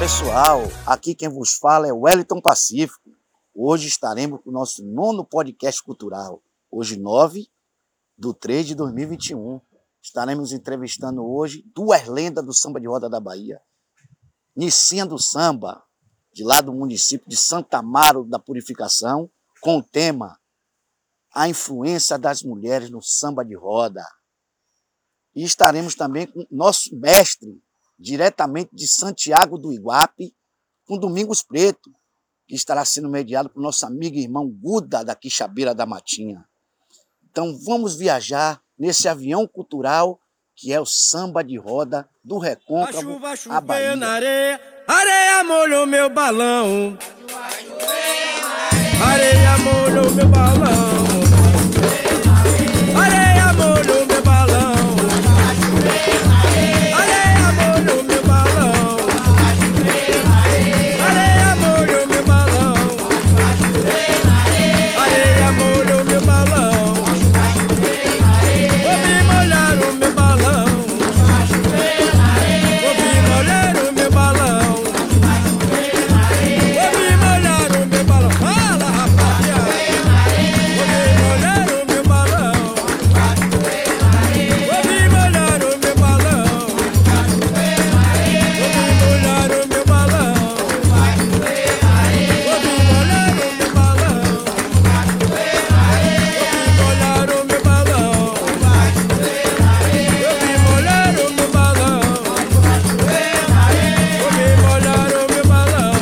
pessoal, aqui quem vos fala é o Wellington Pacífico. Hoje estaremos com o nosso 9º podcast cultural, hoje 9/3/2021. Estaremos entrevistando hoje duas lendas do samba de roda da Bahia. Nicinha do Samba, de lá do município de Santa Amaro da Purificação, com o tema A Influência das Mulheres no Samba de Roda. E estaremos também com nosso mestre, diretamente de Santiago do Iguape, com Domingos Preto, que estará sendo mediado por nosso amigo e irmão Guda, da Quixabeira da Matinha. Então vamos viajar nesse avião cultural que é o samba de roda do Recôncavo à Bahia. Na areia, areia molhou meu balão. Areia molhou meu balão. Areia molhou meu balão. Areia molhou meu balão. Areia molhou meu balão. Areia molhou meu balão. Vou me molhar o meu balão. Vou me molhar o meu balão. Vou me molhar o meu balão. Fala, rapaziada. Vou me molhar o meu balão. Vou me molhar o meu balão. Vou me molhar o meu balão. Vou me molhar o meu balão. Vou me molhar o meu balão. Vou me molhar o meu balão. Vou me molhar o meu balão.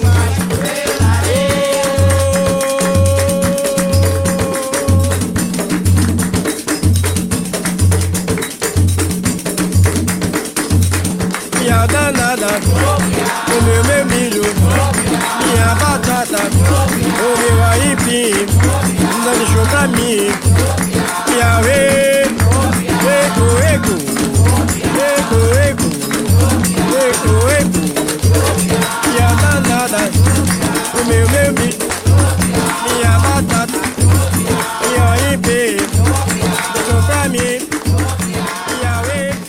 Minha danada, comeu meu milho, minha batata, comeu aipim, não deixou pra mim. Minha ego, ego, ego, ego, ego. Minha danada, comeu meu milho, minha batata, minha aipim, deixou pra mim. Minha ego.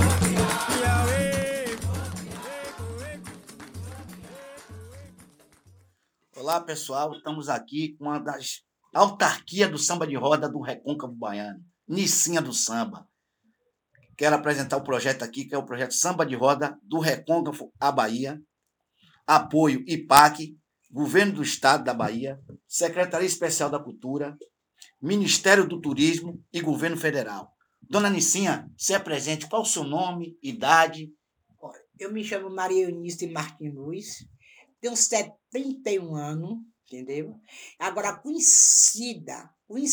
Olá pessoal, estamos aqui com uma das autarquias do samba de roda do Recôncavo Baiano, Nicinha do Samba. Quero apresentar o projeto aqui, que é o projeto Samba de Roda do Recôncavo à Bahia, apoio IPAC, Governo do Estado da Bahia, Secretaria Especial da Cultura, Ministério do Turismo e Governo Federal. Dona Nicinha, se apresente, qual o seu nome, idade? Eu me chamo Maria Eunice Martins Luz, tenho 71 anos, entendeu? Agora, conhecida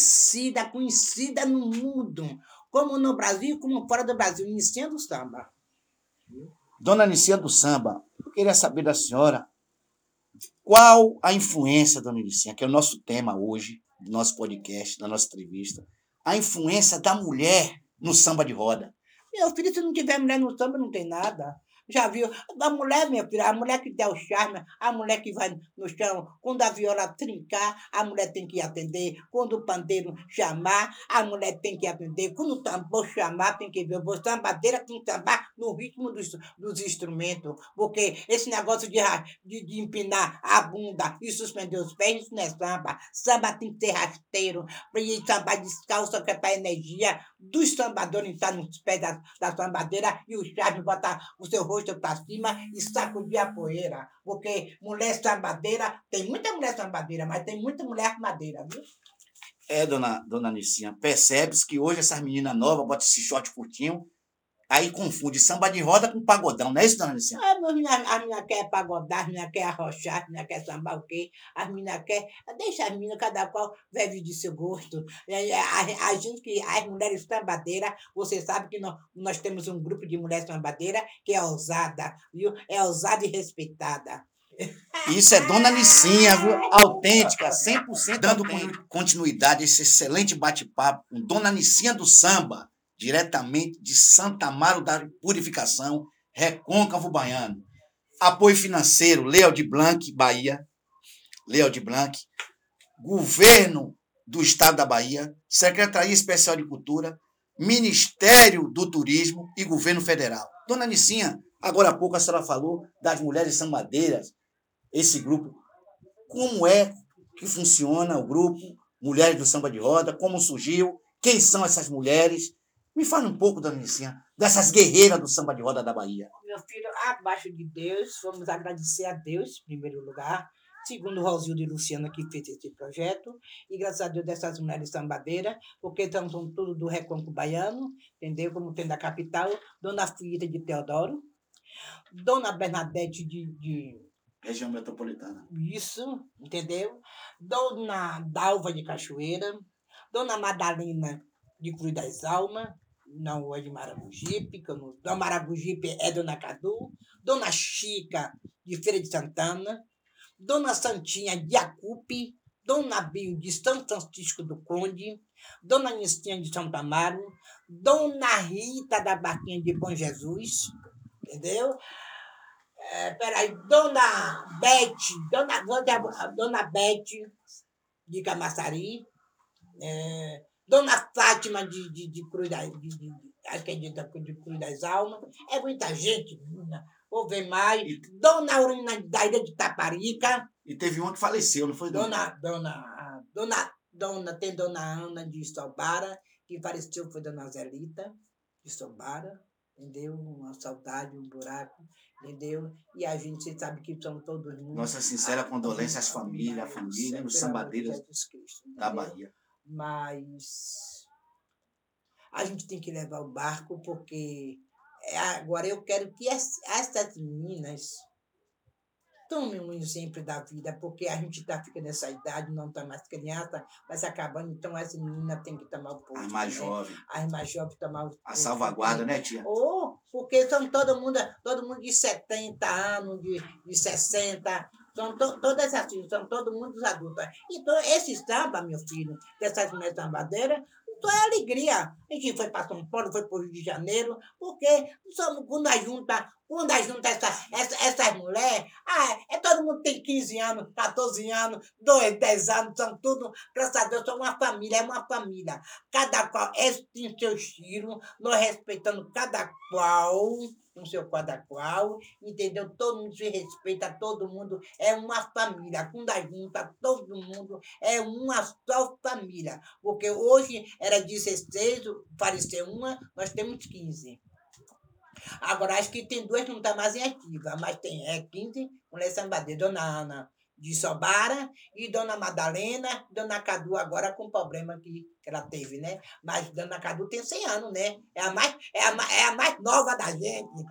no mundo, como no Brasil, como fora do Brasil, Nicinha do Samba. Dona Nicinha do Samba, eu queria saber da senhora qual a influência, dona Nicinha, que é o nosso tema hoje, do nosso podcast, da nossa entrevista, a influência da mulher no samba de roda. Meu filho, se não tiver mulher no samba, não tem nada. Já viu? A mulher, minha filha, a mulher que der o charme, a mulher que vai no chão, quando a viola trincar, a mulher tem que atender. Quando o pandeiro chamar, a mulher tem que atender. Quando o tambor chamar, tem que ver. O sambadeira tem que sambar no ritmo dos instrumentos. Porque esse negócio de empinar a bunda e suspender os pés, isso não é samba. Samba tem que ser rasteiro. E samba descalço, que é para energia dos sambadores estar nos pés da sambadeira e o charme botar o seu rosto para cima e sacudir a poeira. Porque mulher sambadeira, tem muita mulher sambadeira, mas tem muita mulher armadeira, viu? É, dona Nicinha, percebe-se que hoje essas meninas novas botam esse short curtinho, aí confunde samba de roda com pagodão, não é isso, dona Nicinha? As meninas querem pagodar, as meninas querem arrochar, as meninas querem sambar o quê? As meninas querem... Deixa as meninas, cada qual vive de seu gosto. A gente que... As mulheres sambadeiras, você sabe que nós temos um grupo de mulheres sambadeiras que é ousada, viu? É ousada e respeitada. Isso é dona Nicinha, viu? Autêntica, 100% dando continuidade a esse excelente bate-papo com dona Nicinha do Samba, diretamente de Santa Amaro da Purificação, Recôncavo Baiano. Apoio financeiro, Leo de Blanc, Bahia. Leo de Blanc. Governo do Estado da Bahia, Secretaria Especial de Cultura, Ministério do Turismo e Governo Federal. Dona Nicinha, Agora há pouco a senhora falou das mulheres sambadeiras, esse grupo. Como é que funciona o grupo Mulheres do Samba de Roda? Como surgiu? Quem são essas mulheres? Me fala um pouco, dona Nicinha, dessas guerreiras do Samba de Roda da Bahia. Meu filho, abaixo de Deus, vamos agradecer a Deus, em primeiro lugar. Segundo, Rosildo e Luciana, que fez esse projeto. E graças a Deus dessas mulheres sambadeiras, porque são tudo do Recôncavo Baiano, entendeu? Como tem da capital. Dona Fita de Teodoro. Dona Bernadette de Região metropolitana. Isso, entendeu? Dona Dalva de Cachoeira. Dona Madalena de Cruz das Almas. Não é de Maragogipe, Dona Maragogipe é Dona Cadu. Dona Chica de Feira de Santana. Dona Santinha de Acupe, Dona Bio de São Francisco do Conde, Dona Nistinha de Santa Amaro, Dona Rita da Barquinha de Bom Jesus, entendeu? Peraí, Dona Beth de Camaçari, Dona Fátima de Cruz acho que é de Cruz das Almas, é muita gente, vou ver mais. Dona Aurina da Ilha de Taparica. E teve uma que faleceu, não foi? Tem Dona Ana de Sobara, que faleceu, foi Dona Zelita de Sobara, entendeu? Uma saudade, um buraco, entendeu? E a gente, você sabe que são todos mundo. Nossa sincera condolência às famílias, a família, os sambadeiros da Bahia. Mas a gente tem que levar o barco, porque agora eu quero que essas meninas tomem um exemplo da vida, porque a gente está ficando nessa idade, não está mais criança, vai se acabando, então as meninas têm que tomar o posto. As mais jovens. As mais jovens tomar o posto. A salvaguarda, né, tia? Porque são todo mundo de 70 anos, de 60, são todas assim, são todo mundo adultos. Então, esse samba, meu filho, dessas mulheres sambadeiras, então é alegria. A gente foi para São Paulo, foi para o Rio de Janeiro, porque quando a junta essas mulheres, todo mundo tem 15 anos, 14 anos, 10 anos, são tudo, graças a Deus, são uma família, é uma família. Cada qual tem seu estilo, nós respeitando cada qual, no seu cada qual, entendeu? Todo mundo se respeita, todo mundo é uma família. Quando a junta, todo mundo é uma só família. Porque hoje era 16, faleceu uma, nós temos 15. Agora, acho que tem 2 que não estão mais em ativa, mas tem 15 mulheres sambadeiras. Dona Ana de Sobara e Dona Madalena, Dona Cadu agora com o problema que ela teve, né? Mas Dona Cadu tem 100 anos, né? É a mais nova da gente,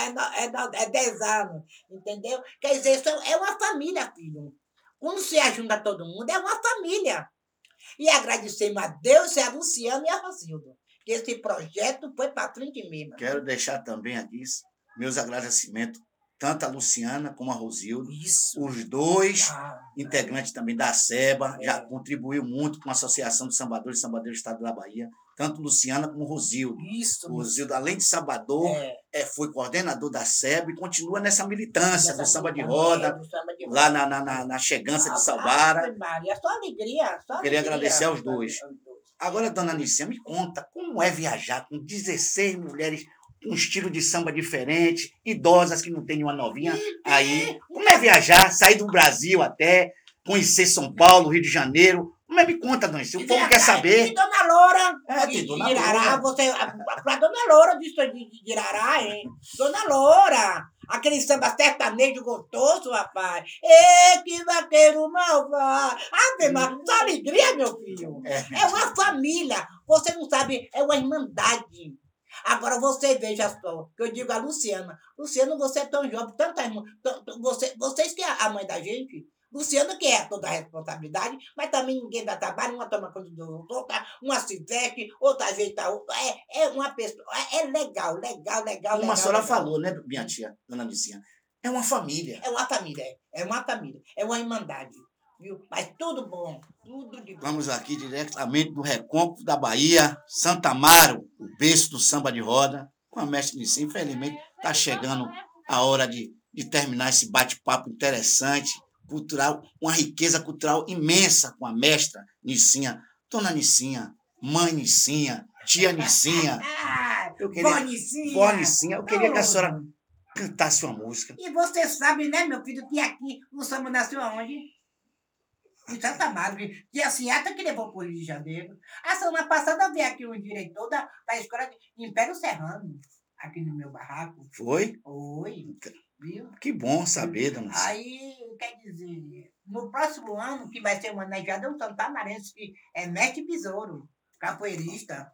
é 10 anos, entendeu? Quer dizer, é uma família, filho. Quando se ajunta todo mundo, é uma família. E agradecemos a Deus, a Luciana e a Rosildo, que esse projeto foi para frente mesmo. Quero deixar também aqui meus agradecimentos, tanto a Luciana como a Rosildo. Isso. Os dois integrantes também da SEBA, já contribuiu muito com a Associação de Sambadores e Sambadeiros do Estado da Bahia, tanto Luciana como Rosildo. Isso. O Rosildo, além de sambador, foi coordenador da SEBA e continua nessa militância do samba de roda, lá na Chegança de Salvara. É só alegria. Queria agradecer aos dois. Agora, dona Nicinha, me conta, como é viajar com 16 mulheres com um estilo de samba diferente, idosas que não tem nenhuma novinha aí? Como é viajar, sair do Brasil até, conhecer São Paulo, Rio de Janeiro? Como é? Me conta, dona Nicinha, o povo quer saber. E Dona Loura, de Dona Irará, Loura. Pra Dona Loura de Irará, hein? Dona Loura, aquele samba sertanejo gostoso, rapaz. Que vaqueiro malvado. Mas só alegria, meu filho. É uma família. Você não sabe, é uma irmandade. Agora você veja só, que eu digo a Luciana. Luciana, você é tão jovem, tanta irmã. Vocês que é a mãe da gente. Luciana, que é toda a responsabilidade, mas também ninguém dá trabalho, uma toma conta do outro, uma se veste, outra ajeita a outra. É uma pessoa. É legal. Como a senhora falou, né, minha tia, dona Nicinha? É uma família. É uma família. É uma irmandade. Viu? Mas tudo bom. Tudo de bom. Vamos aqui diretamente do Recôncavo da Bahia, Santa Amaro, o berço do samba de roda, com a mestre Nicinha. Infelizmente, está chegando a hora de terminar esse bate-papo interessante, cultural, uma riqueza cultural imensa com a mestra Nicinha. Dona Nicinha, mãe Nicinha, tia Nicinha. Vó Nicinha. Eu queria que a senhora cantar sua música. E você sabe, né, meu filho, que aqui o samba nasceu aonde? Em Santa Madre, que a Seata que levou para o Rio de Janeiro. A semana passada veio aqui um diretor da escola de Império Serrano, aqui no meu barraco. Foi? Oi, viu? Que bom saber, dona Nicinha. Aí, quer dizer, no próximo ano, que vai ser homenageado, é um santamarense que é mestre besouro, capoeirista.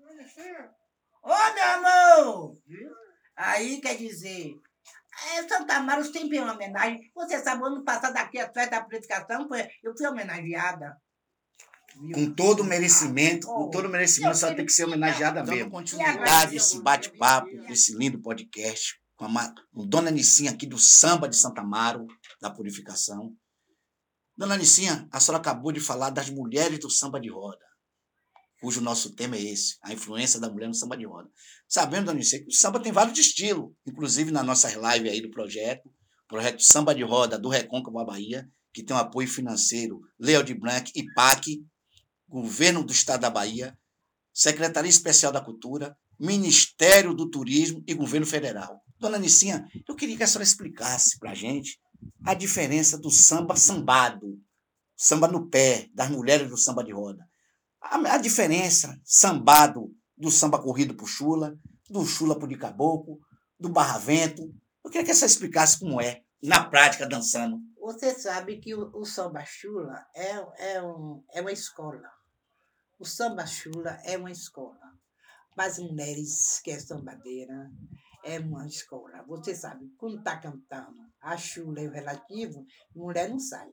Ô, meu amor! Viu? Aí, quer dizer, Santa Amaro sempre é uma homenagem. Você sabe, ano passado aqui, a festa da purificação, eu fui homenageada. Viu? Com todo merecimento, a senhora tem que ser homenageada mesmo. Continuidade esse bate-papo, esse lindo podcast, com Dona Nicinha aqui do Samba de Santa Amaro, da Purificação. Dona Nicinha, a senhora acabou de falar das mulheres do samba de roda, cujo nosso tema é esse, a influência da mulher no samba de roda. Sabendo, Dona Nicinha, que o samba tem vários estilos, inclusive na nossa live aí do projeto Samba de Roda do Recôncavo, Bahia, que tem um apoio financeiro Leo de Blanc e PAC, Governo do Estado da Bahia, Secretaria Especial da Cultura, Ministério do Turismo e Governo Federal. Dona Nicinha, eu queria que a senhora explicasse para a gente a diferença do samba sambado, samba no pé, das mulheres do samba de roda. A diferença sambado do samba corrido por chula, do chula por de caboclo, do barravento. Eu queria que a senhora explicasse como é, na prática, dançando. Você sabe que o samba chula é uma escola. O samba chula é uma escola. Para as mulheres que é sambadeira, é uma escola. Você sabe, quando está cantando a chula e o relativo, a mulher não sai.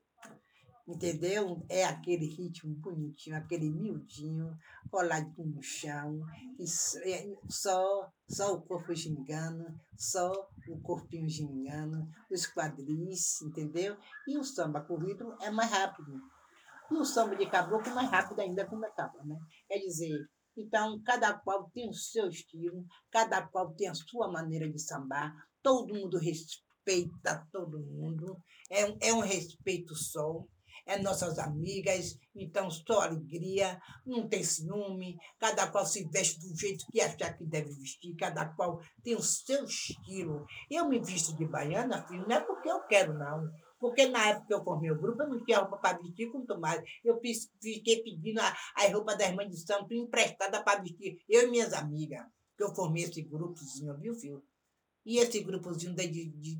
Entendeu? É aquele ritmo bonitinho, aquele miudinho, coladinho no chão, e só o corpo gingando, só o corpinho gingando, os quadris, entendeu? E o samba corrido é mais rápido. E o samba de caboclo é mais rápido ainda como acaba, né? Quer dizer, então, cada qual tem o seu estilo, cada qual tem a sua maneira de sambar, todo mundo respeita todo mundo, é um respeito só. É nossas amigas, então só alegria, não tem ciúme, cada qual se veste do jeito que achar que deve vestir, cada qual tem o seu estilo. Eu me visto de baiana, filho, não é porque eu quero, não. Porque na época que eu formei o grupo, eu não tinha roupa para vestir, quanto mais. Eu fiquei pedindo as roupas das mães de santo emprestada para vestir, eu e minhas amigas, que eu formei esse grupozinho, viu, filho? E esse grupozinho de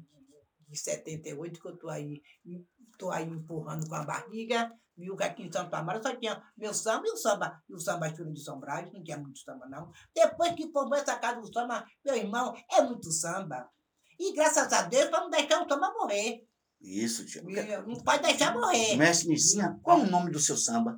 78 que eu estou aí empurrando com a barriga, viu que aqui em Santo Amaro só tinha meu samba e o samba chula de São Brás, não tinha muito samba, não. Depois que formou essa casa do samba, meu irmão, é muito samba. E graças a Deus, para não deixar o samba morrer. Isso, tia. Não pode deixar morrer. Mestre Nicinha, qual é o nome do seu samba?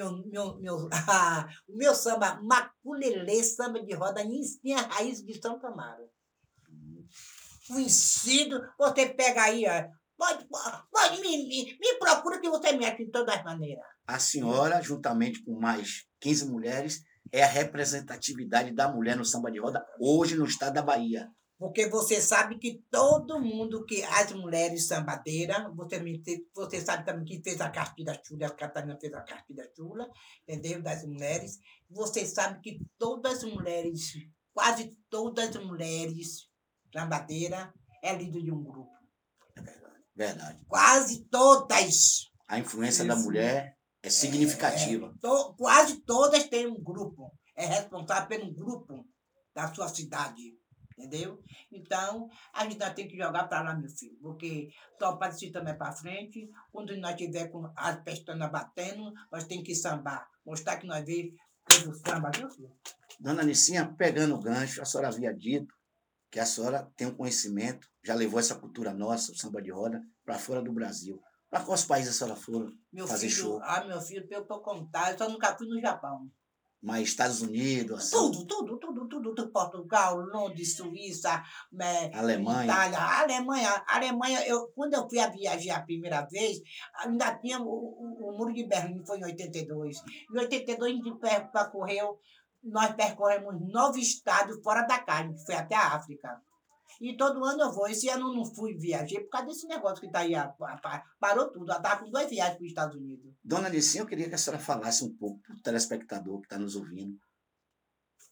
O meu samba, Maculelê, samba de roda, Nicinha Raiz de Santo Amaro. Conhecido, você pega aí, ó. Pode me procura que você mexe de todas as maneiras. A senhora, juntamente com mais 15 mulheres, é a representatividade da mulher no samba de roda hoje no estado da Bahia. Porque você sabe que todo mundo, que as mulheres sambadeiras, você sabe também que fez a cartilha chula, a Catarina fez a cartilha chula, entendeu? Das mulheres. Você sabe que todas as mulheres, quase todas as mulheres sambadeiras, é líder de um grupo. Verdade. Quase todas. A influência da mulher é significativa. Quase todas têm um grupo. É responsável pelo grupo da sua cidade. Entendeu? Então, a gente tem que jogar para lá, meu filho. Porque só para se também para frente. Quando nós tiver com as pestanas batendo, nós temos que sambar. Mostrar que nós veio o samba, viu, filho? Dona Nicinha, pegando o gancho, a senhora havia dito que a senhora tem um conhecimento, já levou essa cultura nossa, o samba de roda, para fora do Brasil. Para quais países a senhora foram fazer show? Meu filho, eu estou contar, eu só nunca fui no Japão. Mas Estados Unidos, assim, Tudo. Portugal, Londres, Suíça, Alemanha. Itália. Alemanha, quando eu fui a viajar a primeira vez, ainda tinha o Muro de Berlim, foi em 82. Em 82, nós percorremos 9 estados fora da carne, que foi até a África. E todo ano eu vou. Esse ano eu não fui viajar por causa desse negócio que está aí. Parou tudo. Ela estava com 2 viagens para os Estados Unidos. Dona Nicinha, eu queria que a senhora falasse um pouco para o telespectador que está nos ouvindo.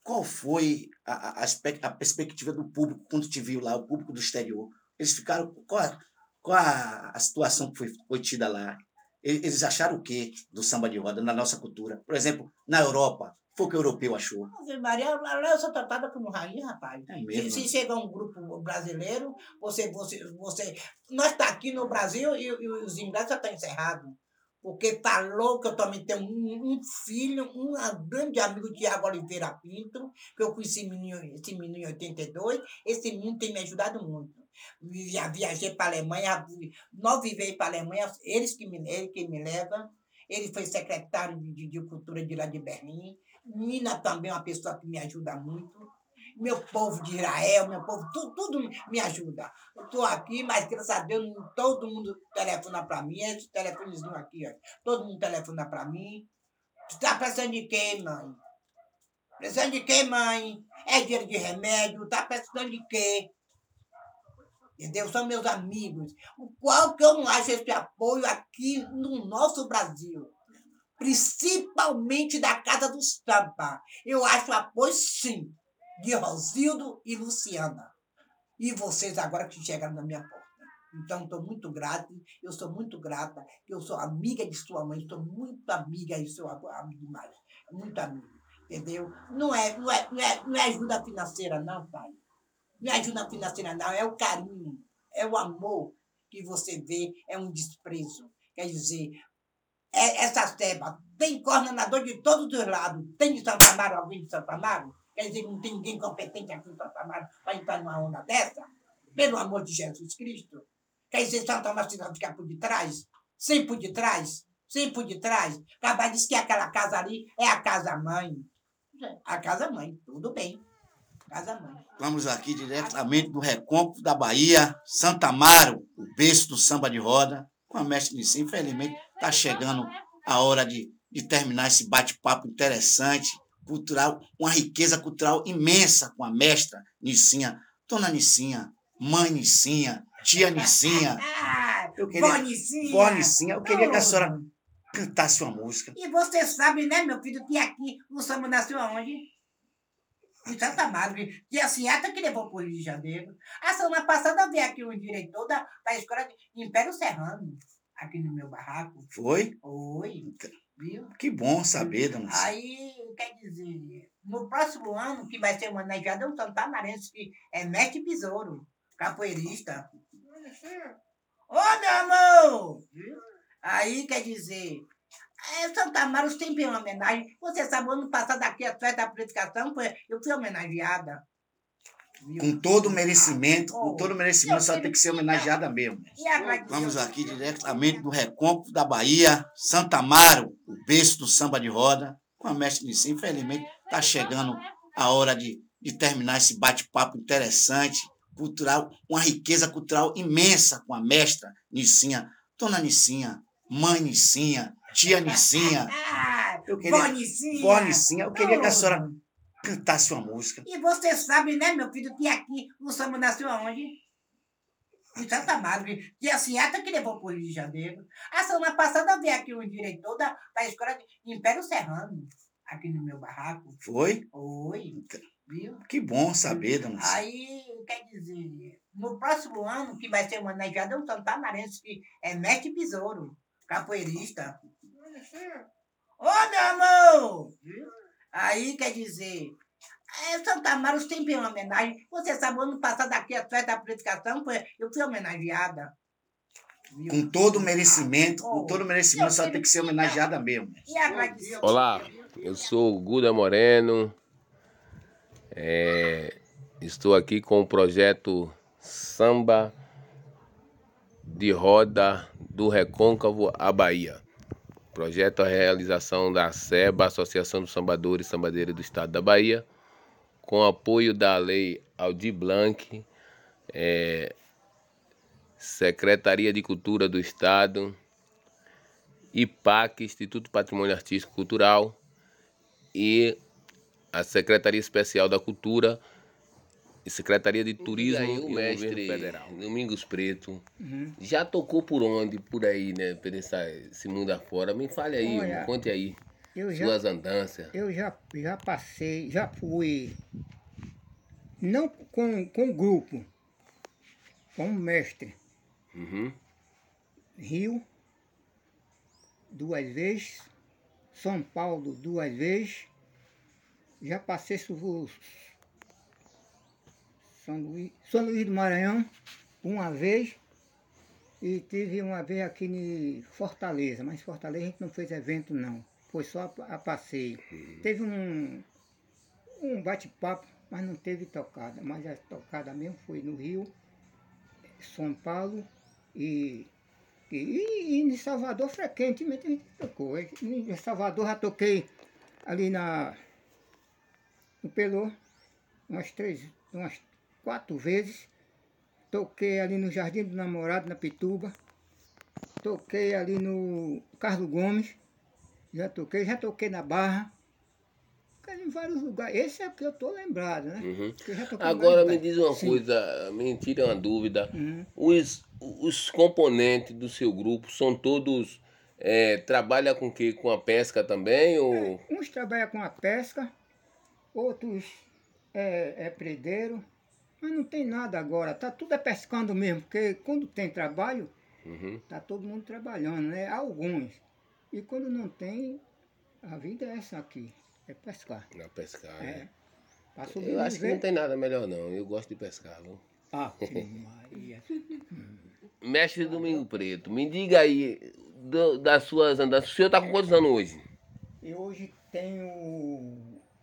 qual foi a perspectiva do público quando te viu lá, o público do exterior? Eles ficaram... Qual a situação que foi tida lá? Eles acharam o quê do samba de roda, na nossa cultura? Por exemplo, na Europa, foi o que o europeu achou? Ave Maria, lá eu sou tratada como rainha, rapaz. É mesmo? Se chega um grupo brasileiro, nós tá aqui no Brasil e os ingleses já estão encerrados. Porque falou que eu também tenho um filho, um grande amigo, Tiago Oliveira Pinto, que eu conheci esse menino em 82. Esse menino tem me ajudado muito. Já viajei para a Alemanha, 9 vezes para a Alemanha, ele que me leva. Ele foi secretário de cultura de lá de Berlim. Nina também é uma pessoa que me ajuda muito. Meu povo de Israel, meu povo, tudo me ajuda. Eu estou aqui, mas graças a Deus todo mundo telefona para mim. Esse telefonezinho aqui, ó, todo mundo telefona para mim. Tu está precisando de quê, mãe? Precisando de quê, mãe? É dinheiro de remédio? Está precisando de quê? Entendeu? São meus amigos. O qual que eu não acho esse apoio aqui no nosso Brasil? Principalmente da Casa do Samba. Eu acho apoio, sim, de Rosildo e Luciana. E vocês agora que chegaram na minha porta. Então, estou muito grata. Eu sou muito grata. Eu sou amiga de sua mãe. Sou muito amiga de seu amigo demais. Muito amiga. Entendeu? Não é ajuda financeira, não, pai. Não é ajuda financeira, não. É o carinho. É o amor que você vê. É um desprezo. Quer dizer... Essa ceba tem coordenador de todos os lados. Tem de Santo Amaro, alguém de Santo Amaro? Quer dizer, não tem ninguém competente aqui em Santo Amaro para entrar numa onda dessa? Pelo amor de Jesus Cristo. Quer dizer, Santo Amaro se vai ficar por detrás? Sem por detrás? Sem por detrás? Acabar diz que aquela casa ali é a casa-mãe. A casa-mãe, tudo bem. Casa-mãe. Vamos aqui diretamente do Recôncavo da Bahia, Santo Amaro, o berço do samba de roda, com a mestre Nicinha. Infelizmente, está chegando a hora de terminar esse bate-papo interessante, cultural, uma riqueza cultural imensa com a mestra Nicinha, dona Nicinha, mãe Nicinha, tia Nicinha. Vó Nicinha, eu queria que a senhora cantasse uma música. E você sabe, né, meu filho, que aqui o samba nasceu aonde? Em Santa Amaro, que a senhora que levou para o Rio de Janeiro. A semana passada veio aqui um diretor da escola de Império Serrano, aqui no meu barraco. Foi? Foi, viu? Que bom saber, dona Nicinha. Aí, quer dizer, no próximo ano, que vai ser homenageado, é um santamarense que é mestre besouro, capoeirista. Ô, meu amor! Viu? Aí, quer dizer... Santo Amaro sempre é uma homenagem. Você sabe, ano passado, aqui a festa da purificação, eu fui homenageada. Com todo merecimento, só tem que ser homenageada mesmo. Vamos aqui diretamente do Recôncavo da Bahia, Santo Amaro, o berço do samba de roda, com a mestre Nicinha. Infelizmente, está chegando a hora de terminar esse bate-papo interessante, cultural, uma riqueza cultural imensa com a mestra Nicinha, dona Nicinha, mãe Nicinha, tia Nicinha. Vó Nicinha, eu queria que a senhora cantasse uma música. E você sabe, né, meu filho, que aqui o samba nasceu aonde? Em Santa Amaro, que a senhora que levou para o Rio de Janeiro. A semana passada veio aqui um diretor da escola de Império Serrano, aqui no meu barraco. Foi? Foi, viu? Que bom saber, dona Nicinha. Aí, quer dizer, no próximo ano, que vai ser homenageado, é um santamarense que é mestre besouro, capoeirista. Ô, meu amor! Aí, quer dizer, Santo Amaro sempre é uma homenagem. Você sabe, ano passado, aqui a festa da purificação, eu fui homenageada. Com todo merecimento, só tem que ser homenageada mesmo. Olá, eu sou o Guda Moreno. Estou aqui com o projeto Samba de Roda do Recôncavo à Bahia. Projeto a realização da SEBA, Associação dos Sambadores e Sambadeiras do Estado da Bahia, com apoio da Lei Aldir Blanc, Secretaria de Cultura do Estado, IPAC, Instituto Patrimônio Artístico e Cultural, e a Secretaria Especial da Cultura e Secretaria de Turismo aí, o mestre Federal. Domingos Preto. Já tocou por onde? Por aí, né? Por esse mundo afora. Me fale aí, me conte aí. suas andanças? Eu já passei, já fui, não com grupo, como mestre. Uhum. Rio, 2 vezes, São Paulo 2 vezes, já passei São Luís do Maranhão 1 vez e tive uma vez aqui em Fortaleza, mas em Fortaleza a gente não fez evento não, foi só a passeio. Teve um bate-papo, mas não teve tocada, mas a tocada mesmo foi no Rio, São Paulo e em Salvador frequentemente a gente tocou. Em Salvador já toquei ali no Pelô umas 4 vezes. Toquei ali no Jardim do Namorado, na Pituba. Toquei ali no Carlos Gomes. Já toquei na Barra. Em vários lugares. Esse é o que eu estou lembrado, né? Uhum. Eu já toquei Agora me vários diz uma lugares. Sim. coisa, me tira uma dúvida. Uhum. Os componentes do seu grupo são todos... trabalha com quê? Com a pesca também? Ou... Uns trabalham com a pesca, outros é predeiro, mas não tem nada agora, tá tudo pescando mesmo, porque quando tem trabalho, Uhum. tá todo mundo trabalhando, né? Alguns. E quando não tem, a vida é essa aqui, é pescar. Na pescar, É. né? Pra Eu acho que sobreviver. não tem nada melhor não, eu gosto de pescar, viu? Ah, Maria. Mestre Domingo Preto, me diga aí das suas andanças. O senhor está com quantos anos hoje? Eu hoje tenho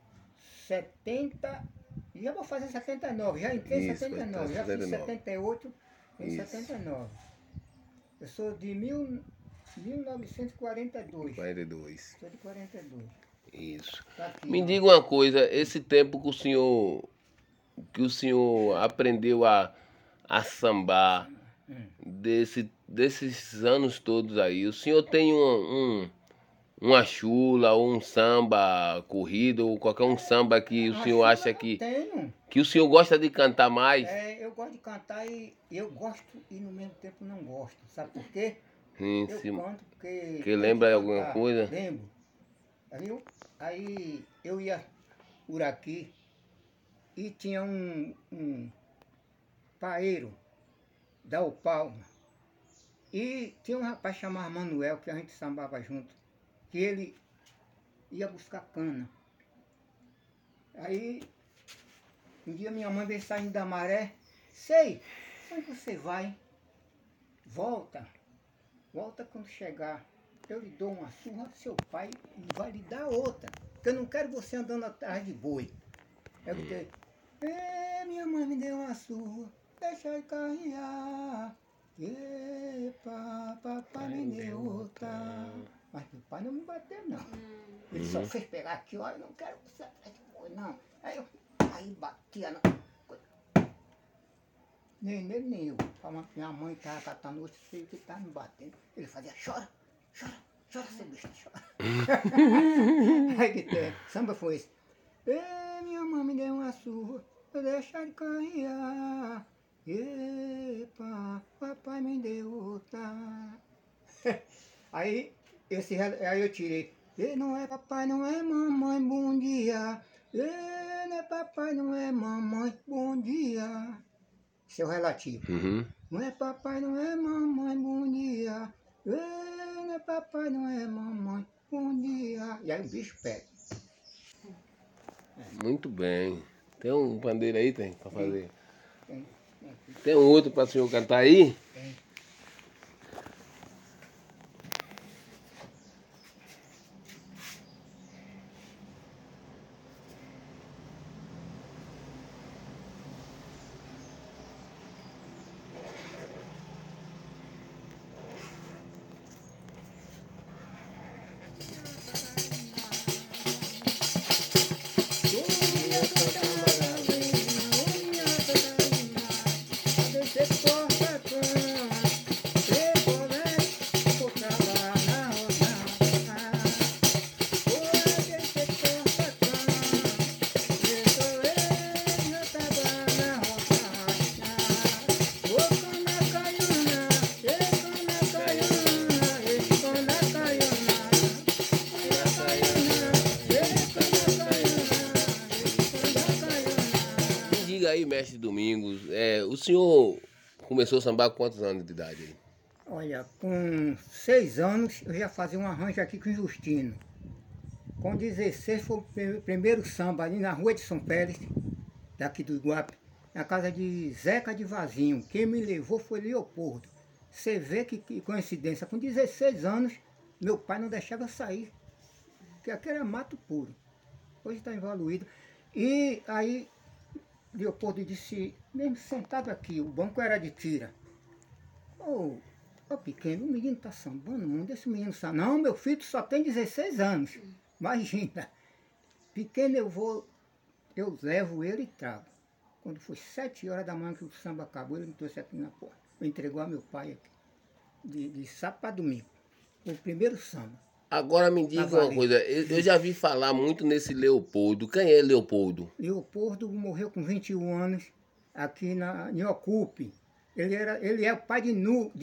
70, já vou fazer 79, já entrei em Isso, 79, já fiz 79. 78 em Isso. 79. Eu sou de 1942, 42. sou de 42. Isso. Tá aqui, Me ó. diga uma coisa, esse tempo que o senhor aprendeu a sambar, desses anos todos aí, o senhor tem uma chula, ou um samba corrido, ou qualquer um samba que o A senhor chula acha eu que tenho. o senhor gosta de cantar mais? Eu gosto de cantar e eu gosto e no mesmo tempo não gosto. Sabe por quê? Sim, Eu sim. canto porque... Que tem lembra cantar. alguma coisa? Lembro. Viu? Aí eu ia por aqui e tinha um paeiro da Opalma. E tinha um rapaz chamado Manuel, que a gente sambava junto, que ele ia buscar cana. Aí um dia minha mãe veio saindo da maré, sei, onde você vai? Volta quando chegar. Eu lhe dou uma surra, seu pai vai lhe dar outra. Porque eu não quero você andando atrás de boi. Eu gritei, minha mãe me deu uma surra, deixa eu carrear. Epa, papai me deu outra. Mas meu pai não me bateu, não. Ele só fez pegar aqui, olha, eu não quero você atrás de boi, não. Aí batia na... Nem nele, nem eu. Minha mãe estava catando outro filho que estava me batendo. Ele fazia, chora, seu besta, chora. Aí que tem, samba foi esse. Minha mãe me deu uma surra, eu deixar de carrear. Epa, papai me deu outra. Aí eu tirei. Não é papai, não é mamãe, bom dia. Não é papai, não é mamãe, bom dia. Seu relativo. Uhum. Não é papai, não é mamãe, bom dia. Não é papai, não é mamãe, bom dia. E aí o bicho pega. Muito bem. Tem um pandeiro aí, tem, para fazer? Tem. Tem um outro para o senhor cantar aí? Tem. Você corta a cana. diga aí, mestre Domingos, o senhor começou a sambar com quantos anos de idade aí? Olha, com 6 anos eu já fazia um arranjo aqui com o Justino. Com 16 foi o primeiro samba ali na rua de São Félix, daqui do Iguape, na casa de Zeca de Vazinho. Quem me levou foi Leopoldo. Você vê que coincidência, com 16 anos meu pai não deixava eu sair, porque aquele era mato puro. Hoje está evoluído. E aí Leopoldo disse, mesmo sentado aqui, o banco era de tira. Ô pequeno, o menino está sambando, não deixa o menino sambar. Não, meu filho só tem 16 anos. Imagina. Pequeno eu levo ele e trago. Quando foi 7 horas da manhã que o samba acabou, ele me trouxe aqui na porta. Me entregou a meu pai aqui. De sábado para domingo. O primeiro samba. Agora me diga uma coisa, eu já vi falar muito nesse Leopoldo. Quem é Leopoldo? Leopoldo morreu com 21 anos aqui em Ocupe. Ele é o pai de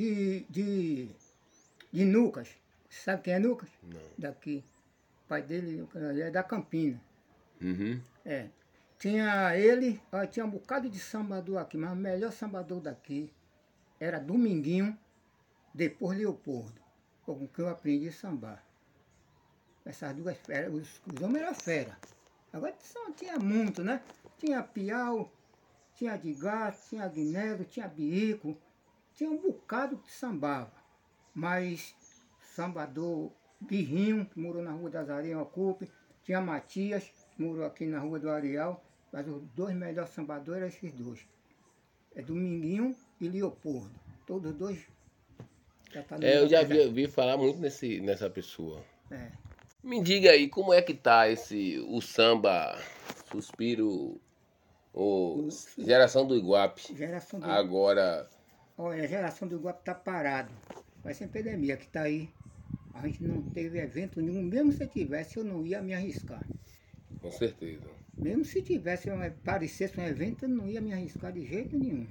Nucas. Sabe quem é Nucas? Não. Daqui. O pai dele é da Campina. Uhum. Tinha um bocado de sambador aqui, mas o melhor sambador daqui era Dominguinho, depois Leopoldo, com que eu aprendi a sambar. Essas duas feras, os homens eram fera. Agora tinha muito, né? Tinha Piau, tinha Adigato, tinha Aguinegro, tinha Biico, tinha um bocado que sambava. Mas sambador Birrinho, que morou na Rua das Areias, Ocupe, tinha Matias, que morou aqui na Rua do Areal, mas os dois melhores sambadores eram esses dois. É Dominguinho e Leopoldo. Todos os dois já tá no eu já vi falar muito nessa pessoa. É. Me diga aí, como é que tá o samba Suspiro, Geração do Iguape? Geração do Agora... Olha, a Geração do Iguape tá parado. Vai ser pandemia que tá aí. A gente não teve evento nenhum. Mesmo se tivesse, eu não ia me arriscar. Com certeza. Mesmo se tivesse, parecesse um evento, eu não ia me arriscar de jeito nenhum.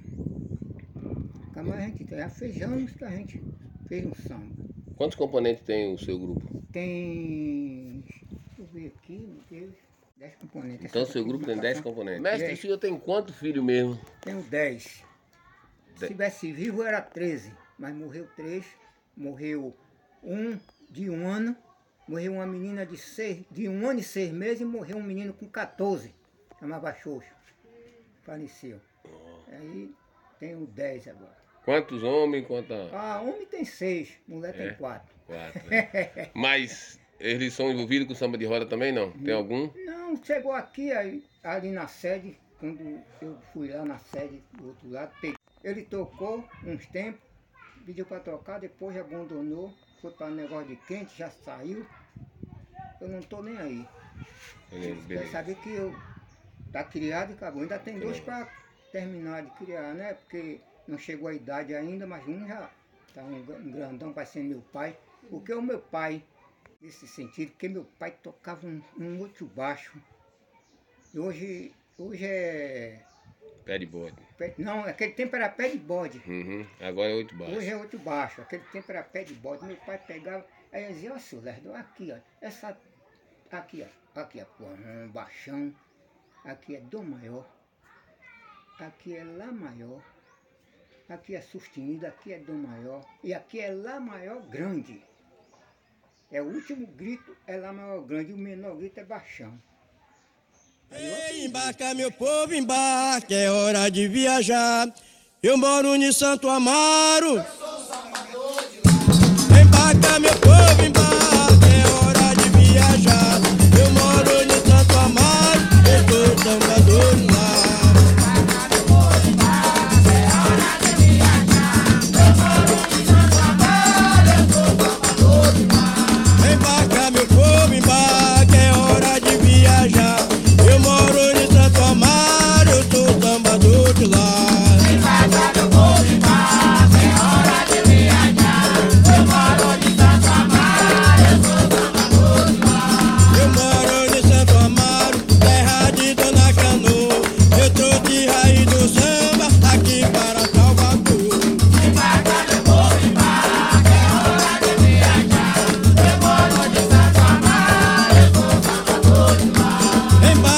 Mas a gente já fez anos que a gente fez um samba. Quantos componentes tem o seu grupo? Tem... Deixa eu ver aqui, meu Deus. 10 componentes. Então o seu grupo tem 10 componentes. Mestre, o senhor tem quantos filhos mesmo? Tenho 10. Se tivesse vivo era 13, mas morreu 3. Morreu um de 1 ano, morreu uma menina de 1 ano e 6 meses e morreu um menino com 14, chamava Xoxo. Faleceu. Aí tenho 10 agora. Quantos homens? Homem tem 6, mulher tem 4. 4, né? Mas eles são envolvidos com samba de roda também, não? Tem algum? Não, chegou aqui, ali na sede, quando eu fui lá na sede do outro lado, ele tocou uns tempos, pediu para tocar, depois abandonou, foi para negócio de quente, já saiu. Eu não estou nem aí. Quer saber que eu tá criado e acabou. Ainda tem 2 para terminar de criar, né? Porque não chegou a idade ainda, mas um já está um grandão, vai ser meu pai. Porque o meu pai, nesse sentido, porque meu pai tocava um outro baixo. E hoje é... Pé de bode. Não, aquele tempo era pé de bode. Uhum. Agora é 8 baixo. Hoje é 8 baixo. Aquele tempo era pé de bode. Meu pai pegava, aí eu dizia, ó, seu Lerdo, aqui, ó, aqui, ó, um baixão, aqui é Dó maior, aqui é Lá maior, aqui é sustenido, aqui é Dó maior, e aqui é Lá maior grande. É o último grito, é Lá maior grande, e o menor grito é baixão. Ei, embarca meu povo, embarca, é hora de viajar. Eu moro em Santo Amaro. Embarca meu povo, embarca, é hora de viajar. Eu moro em Santo Amaro, eu sou sambador lá. Embarca meu povo, embarca, é hora de viajar. Eu moro em Santo Amaro, eu sou sambador de lá. Embarca meu povo, embarca, é hora de viajar. Eu moro em Santo Amaro, eu sou sambador de lá. Eu moro em Santo Amaro, terra de Dona Canoa. Eu trouxe raiz do samba aqui para Salvador. Embarca meu povo, embarca, é hora de viajar. Eu moro em Santo Amaro, eu sou sambador de lá.